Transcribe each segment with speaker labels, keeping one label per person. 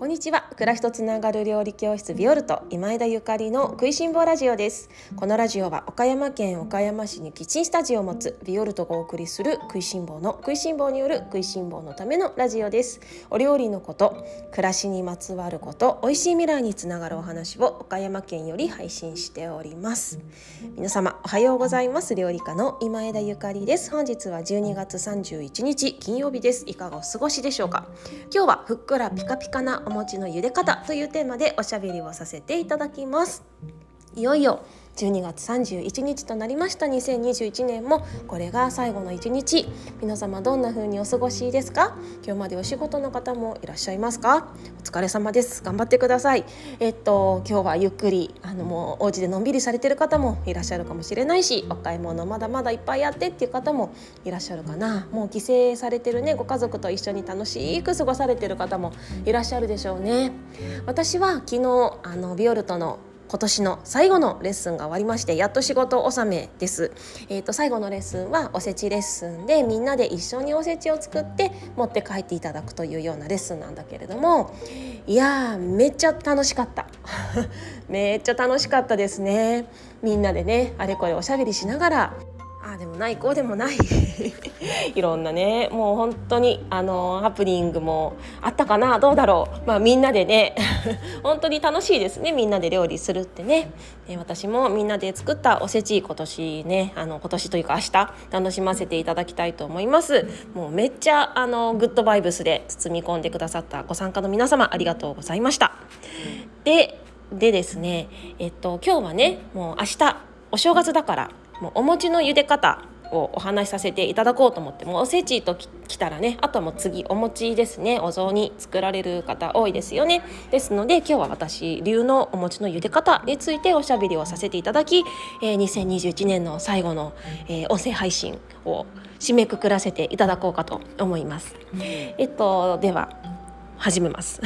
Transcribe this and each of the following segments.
Speaker 1: こんにちは。暮らしとつながる料理教室ビオルト今枝ゆかりの食いしん坊ラジオです。このラジオは岡山県岡山市にキッチンスタジオを持つビオルトがお送りする食いしん坊の食いしん坊による食いしん坊のためのラジオです。お料理のこと、暮らしにまつわること、美味しい未来につながるお話を岡山県より配信しております。皆様おはようございます。料理家の今枝ゆかりです。本日は12月31日金曜日です。いかがお過ごしでしょうか。今日はふっくらピカピカなお餅の茹で方というテーマでおしゃべりをさせていただきます。いよいよ12月31日となりました。2021年もこれが最後の1日。皆様どんな風にお過ごしですか？今日までお仕事の方もいらっしゃいますか？お疲れ様です。頑張ってください。今日はゆっくりもうお家でのんびりされてる方もいらっしゃるかもしれないし、お買い物まだまだいっぱいやってっていう方もいらっしゃるかな。もう帰省されてるね、ご家族と一緒に楽しく過ごされてる方もいらっしゃるでしょうね。私は昨日ビオルトの今年の最後のレッスンが終わりまして、やっと仕事納めです。最後のレッスンはおせちレッスンで、みんなで一緒におせちを作って持って帰っていただくというようなレッスンなんだけれども、いやーめっちゃ楽しかっためっちゃ楽しかったですね。みんなでね、あれこれおしゃべりしながら、ああでもないこうでもないいろんなね、もう本当にハプニングもあったかな、どうだろう。みんなでね本当に楽しいですね。みんなで料理するってね。私もみんなで作ったおせち今年ね、今年というか明日楽しませていただきたいと思います。もうめっちゃグッドバイブスで包み込んでくださったご参加の皆様ありがとうございました。でですね、今日はね、もう明日お正月だからもうお餅の茹で方をお話しさせていただこうと思って、もうおせちときたらね、あとはもう次お餅ですね。お雑煮作られる方多いですよね。ですので今日は私流のお餅の茹で方についておしゃべりをさせていただき、2021年の最後の、音声配信を締めくくらせていただこうかと思います。では始めます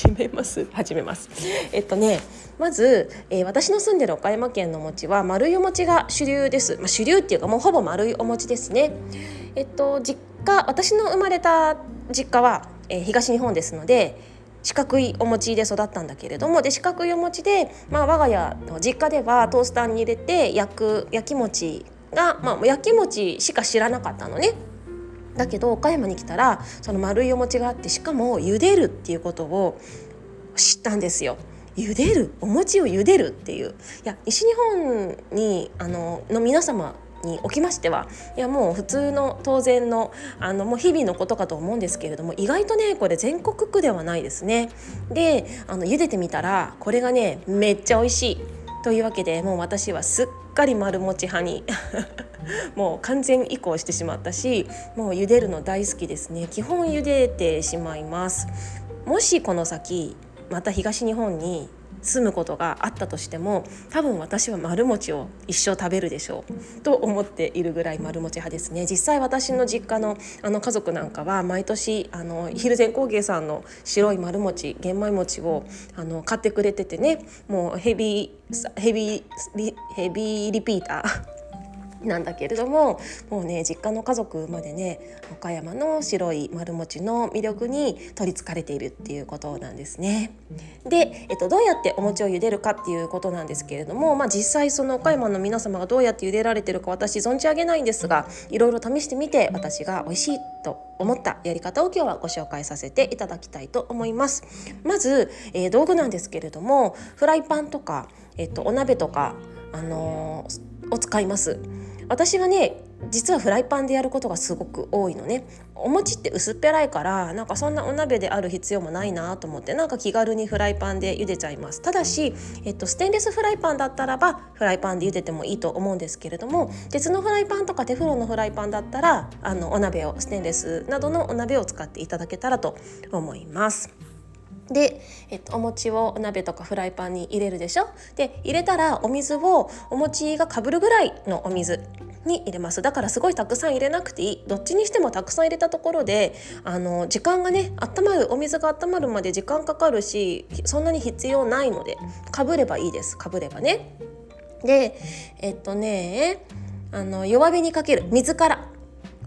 Speaker 1: まず、私の住んでる岡山県のお餅は丸いお餅が主流です。主流っていうかもうほぼ丸いお餅ですね。私の生まれた実家は、東日本ですので四角いお餅で育ったんだけれども、四角いお餅で、我が家の実家ではトースターに入れて焼き餅が、焼き餅しか知らなかったのね。だけど岡山に来たらその丸いお餅があって、しかも茹でるっていうことを知ったんですよ。茹でる、お餅を茹でるっていう。いや、西日本にの皆様におきましては、いやもう普通の当然のもう日々のことかと思うんですけれども、意外とねこれ全国区ではないですね。で茹でてみたらこれがねめっちゃ美味しいというわけで、もう私はすっかり丸餅派にもう完全移行してしまったし、もう茹でるの大好きですね。基本茹でてしまいます。もしこの先また東日本に住むことがあったとしても、多分私は丸餅を一生食べるでしょうと思っているぐらい丸餅派ですね。実際私の実家の家族なんかは毎年蒜山工芸さんの白い丸餅、玄米餅を買ってくれててね、もうヘビーリピーターなんだけれども、もうね実家の家族までね岡山の白い丸餅の魅力に取りつかれているっていうことなんですね。で、どうやってお餅を茹でるかっていうことなんですけれども、実際その岡山の皆様がどうやって茹でられてるか私存じ上げないんですが、いろいろ試してみて私が美味しいと思ったやり方を今日はご紹介させていただきたいと思います。まず、道具なんですけれども、フライパンとか、お鍋とか、を使います。私はね実はフライパンでやることがすごく多いのね。お餅って薄っぺらいから、なんかそんなお鍋である必要もないなと思って、なんか気軽にフライパンで茹でちゃいます。ただし、ステンレスフライパンだったらばフライパンで茹でてもいいと思うんですけれども、鉄のフライパンとかテフロンのフライパンだったらお鍋をステンレスなどのお鍋を使っていただけたらと思います。で、お餅をお鍋とかフライパンに入れるでしょ。で入れたらお水をお餅がかぶるぐらいのお水に入れます。だからすごいたくさん入れなくていい。どっちにしてもたくさん入れたところで時間がねお水が温まるまで時間かかるし、そんなに必要ないのでかぶればいいです。かぶればね。で弱火にかける水から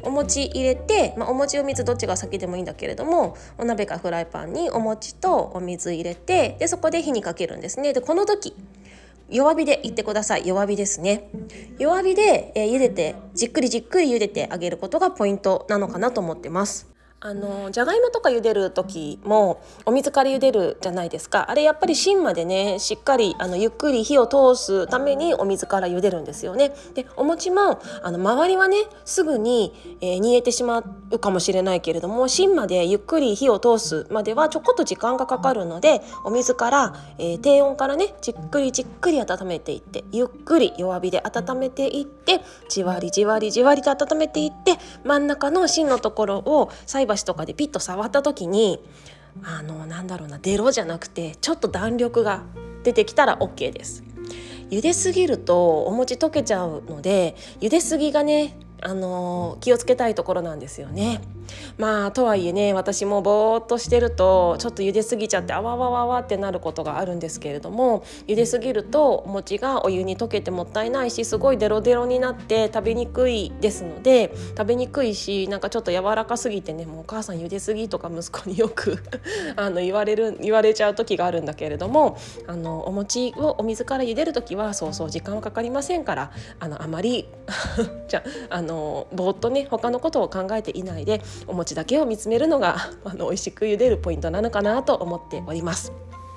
Speaker 1: お餅入れて、お餅お水どっちが先でもいいんだけれども、お鍋かフライパンにお餅とお水入れて、でそこで火にかけるんですね。でこの時弱火でいってください。弱火ですね。弱火で、茹でてじっくり茹でてあげることがポイントなのかなと思ってます。じゃがいもとか茹でる時もお水から茹でるじゃないですか。あれやっぱり芯までねしっかりゆっくり火を通すためにお水から茹でるんですよね。でお餅も周りはねすぐに、煮えてしまうかもしれないけれども、芯までゆっくり火を通すまではちょこっと時間がかかるので、お水から、低温からねじっくり温めていって、ゆっくり弱火で温めていって、じわりと温めていって、真ん中の芯のところを菜箸とかでピッと触った時にデロじゃなくてちょっと弾力が出てきたら OK です。茹ですぎるとお餅溶けちゃうので、茹ですぎがね気をつけたいところなんですよね。とはいえね、私もぼーっとしてるとちょっと茹ですぎちゃってあわわわわってなることがあるんですけれども、茹ですぎるとお餅がお湯に溶けてもったいないし、すごいデロデロになって食べにくいですので、食べにくいし、なんかちょっと柔らかすぎてね、もうお母さん茹ですぎとか息子によく言われちゃう時があるんだけれども、お餅をお水から茹でる時はそう時間はかかりませんから、あまりぼーっとね他のことを考えていないでお餅だけを見つめるのが美味しく茹でるポイントなのかなと思っております。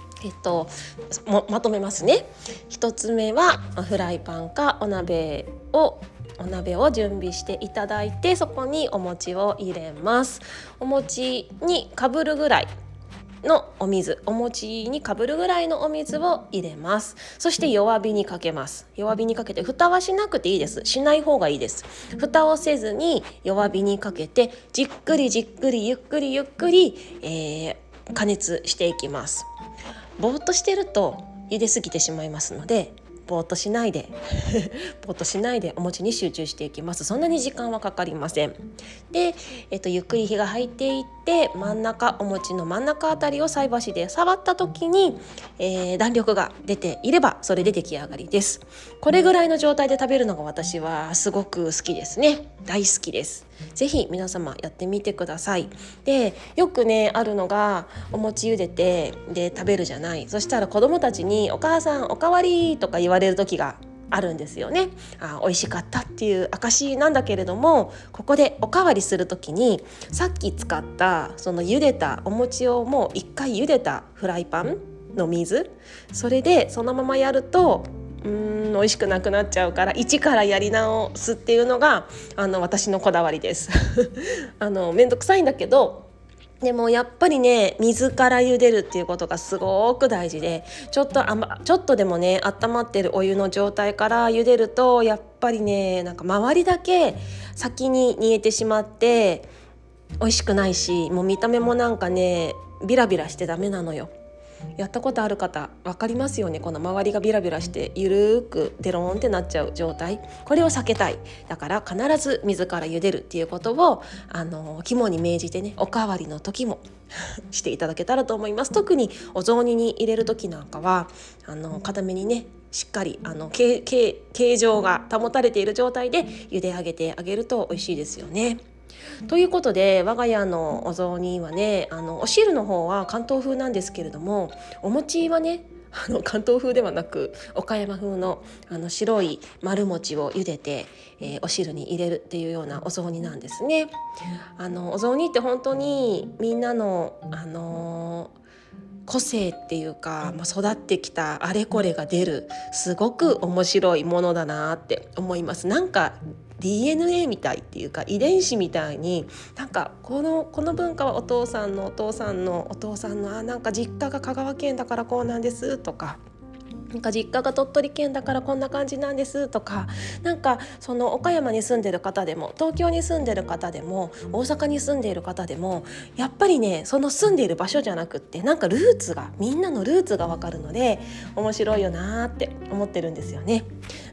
Speaker 1: まとめますね。一つ目はフライパンかお鍋を準備していただいて、そこにお餅を入れます。お餅にかぶるぐらいのお水、お餅にかぶるぐらいのお水を入れます。そして弱火にかけます。弱火にかけて、蓋はしなくていいです。しない方がいいです。蓋をせずに弱火にかけてじっくりゆっくり、加熱していきます。ぼーっとしてると茹ですぎてしまいますので、ぼーっとしないでお餅に集中していきます。そんなに時間はかかりません。で、ゆっくり火が入っていって、お餅の真ん中あたりを菜箸で触った時に、弾力が出ていればそれで出来上がりです。これぐらいの状態で食べるのが私はすごく好きですね。大好きです。ぜひ皆様やってみてください。で、よくねあるのが、お餅茹でてで食べるじゃない。そしたら子供たちにお母さんおかわりとか言われる時があるんですよね。美味しかったっていう証なんだけれども、ここでおかわりする時にさっき使ったその茹でたお餅をもう一回茹でたフライパンの水、それでそのままやると美味しくなくなっちゃうから、一からやり直すっていうのが私のこだわりですめんどくさいんだけど、でもやっぱりね水から茹でるっていうことがすごく大事で、ちょっとでもね温まってるお湯の状態から茹でると、やっぱりね周りだけ先に煮えてしまって美味しくないし、もう見た目もビラビラしてダメなのよ。やったことある方分かりますよね。この周りがビラビラしてゆるーくデローンってなっちゃう状態、これを避けたい。だから必ず水から茹でるっていうことを肝に銘じてね、おかわりの時もしていただけたらと思います。特にお雑煮に入れる時なんかは固めにねしっかり形状が保たれている状態で茹で上げてあげると美味しいですよね。ということで、我が家のお雑煮はねお汁の方は関東風なんですけれども、お餅はね関東風ではなく岡山風の白い丸餅を茹でて、お汁に入れるっていうようなお雑煮なんですね。お雑煮って本当にみんなの、個性っていうか、育ってきたあれこれが出るすごく面白いものだなって思います。DNA みたいっていうか、遺伝子みたいにこの文化はお父さんの実家が香川県だからこうなんですとか、実家が鳥取県だからこんな感じなんですとか、その岡山に住んでる方でも東京に住んでる方でも大阪に住んでいる方でも、やっぱりねその住んでいる場所じゃなくって、みんなのルーツが分かるので面白いよなって思ってるんですよね。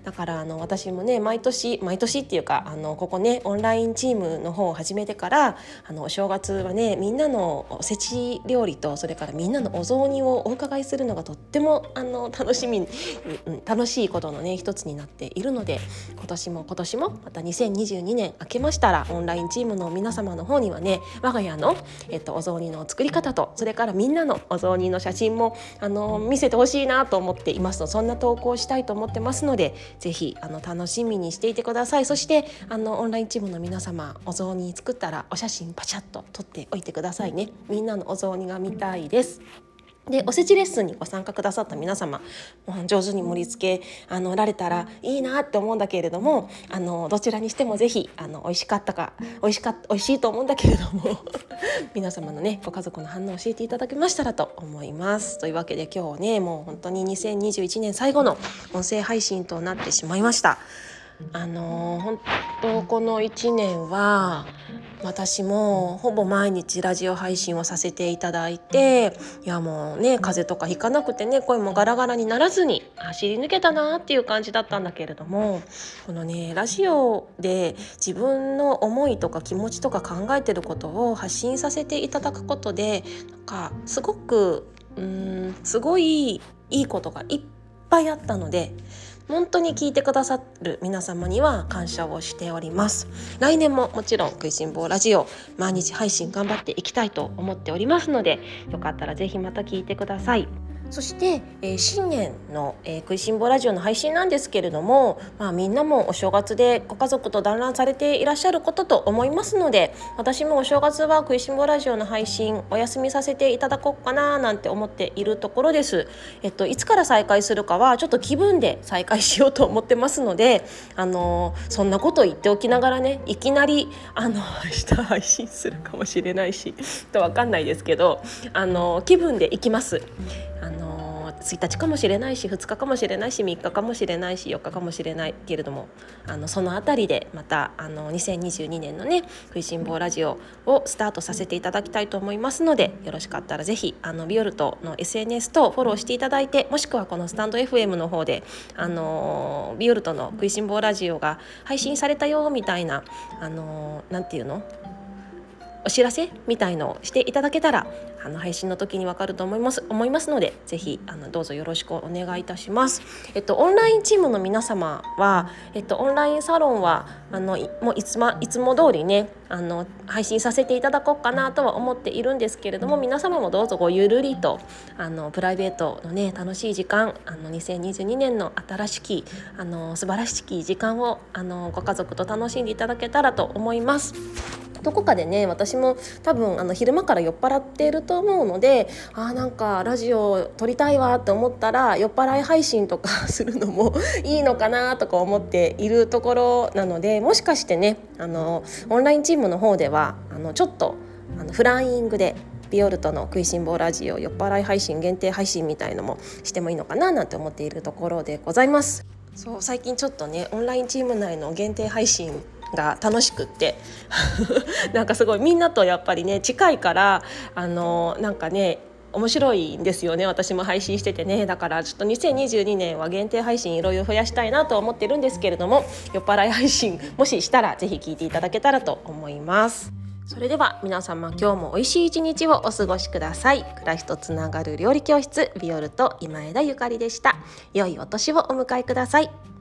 Speaker 1: だから私もね毎年っていうかここねオンラインチームの方を始めてからお正月はねみんなのおせち料理とそれからみんなのお雑煮をお伺いするのがとっても楽しいことのね一つになっているので、今年もまた2022年明けましたらオンラインチームの皆様の方にはね我が家の、お雑煮の作り方とそれからみんなのお雑煮の写真も見せてほしいなと思っていますの、そんな投稿をしたいと思ってますので、ぜひ楽しみにしていてください。そしてオンラインチームの皆様、お雑煮作ったらお写真パシャッと撮っておいてくださいね。みんなのお雑煮が見たいです。でおせちレッスンにご参加くださった皆様、上手に盛り付けられたらいいなって思うんだけれども、どちらにしてもぜひ美味しいと思うんだけれども皆様のねご家族の反応を教えていただけましたらと思います。というわけで今日ねもう本当に2021年最後の音声配信となってしまいました。本当この1年は私もほぼ毎日ラジオ配信をさせていただいて、いやもうね風邪とかひかなくてね声もガラガラにならずに走り抜けたなっていう感じだったんだけれども、このねラジオで自分の思いとか気持ちとか考えてることを発信させていただくことで、なんかすごいいいことがいっぱいあったので、本当に聞いてくださる皆様には感謝をしております。来年ももちろん食いしん坊ラジオ毎日配信頑張っていきたいと思っておりますので、よかったらぜひまた聞いてください。そして、新年の、食いしん坊ラジオの配信なんですけれども、みんなもお正月でご家族と団らんされていらっしゃることと思いますので、私もお正月は食いしん坊ラジオの配信お休みさせていただこうかななんて思っているところです。いつから再開するかはちょっと気分で再開しようと思ってますので、そんなこと言っておきながらねいきなり明日配信するかもしれないしと分かんないですけど、気分で行きます。1日かもしれないし2日かもしれないし3日かもしれないし4日かもしれないけれども、そのあたりでまた2022年のね食いしん坊ラジオをスタートさせていただきたいと思いますので、よろしかったらぜひビオルトの SNS とフォローしていただいて、もしくはこのスタンド FM の方でビオルトの食いしん坊ラジオが配信されたよみたいななんていうのお知らせみたいのをしていただけたら配信の時に分かると思いますので、ぜひどうぞよろしくお願いいたします。オンラインチームの皆様は、オンラインサロンはもういつも通りね配信させていただこうかなとは思っているんですけれども、皆様もどうぞごゆるりとプライベートのね楽しい時間2022年の新しき素晴らしき時間をご家族と楽しんでいただけたらと思います。どこかでね私も多分昼間から酔っ払っていると思うので、なんかラジオ撮りたいわって思ったら酔っ払い配信とかするのもいいのかなとか思っているところなので、もしかしてねオンラインチームの方ではちょっとフライングでビオルトの食いしん坊ラジオ酔っ払い配信限定配信みたいのもしてもいいのかななんて思っているところでございます。そう最近ちょっとねオンラインチーム内の限定配信が楽しくってなんかすごいみんなとやっぱりね近いからなんかね面白いんですよね。私も配信しててね、だからちょっと2022年は限定配信いろいろ増やしたいなと思ってるんですけれども、酔っ払い配信もししたらぜひ聞いていただけたらと思います。それでは皆様今日も美味しい一日をお過ごしください。暮らしとつながる料理教室ビオルト今枝ゆかりでした。良いお年をお迎えください。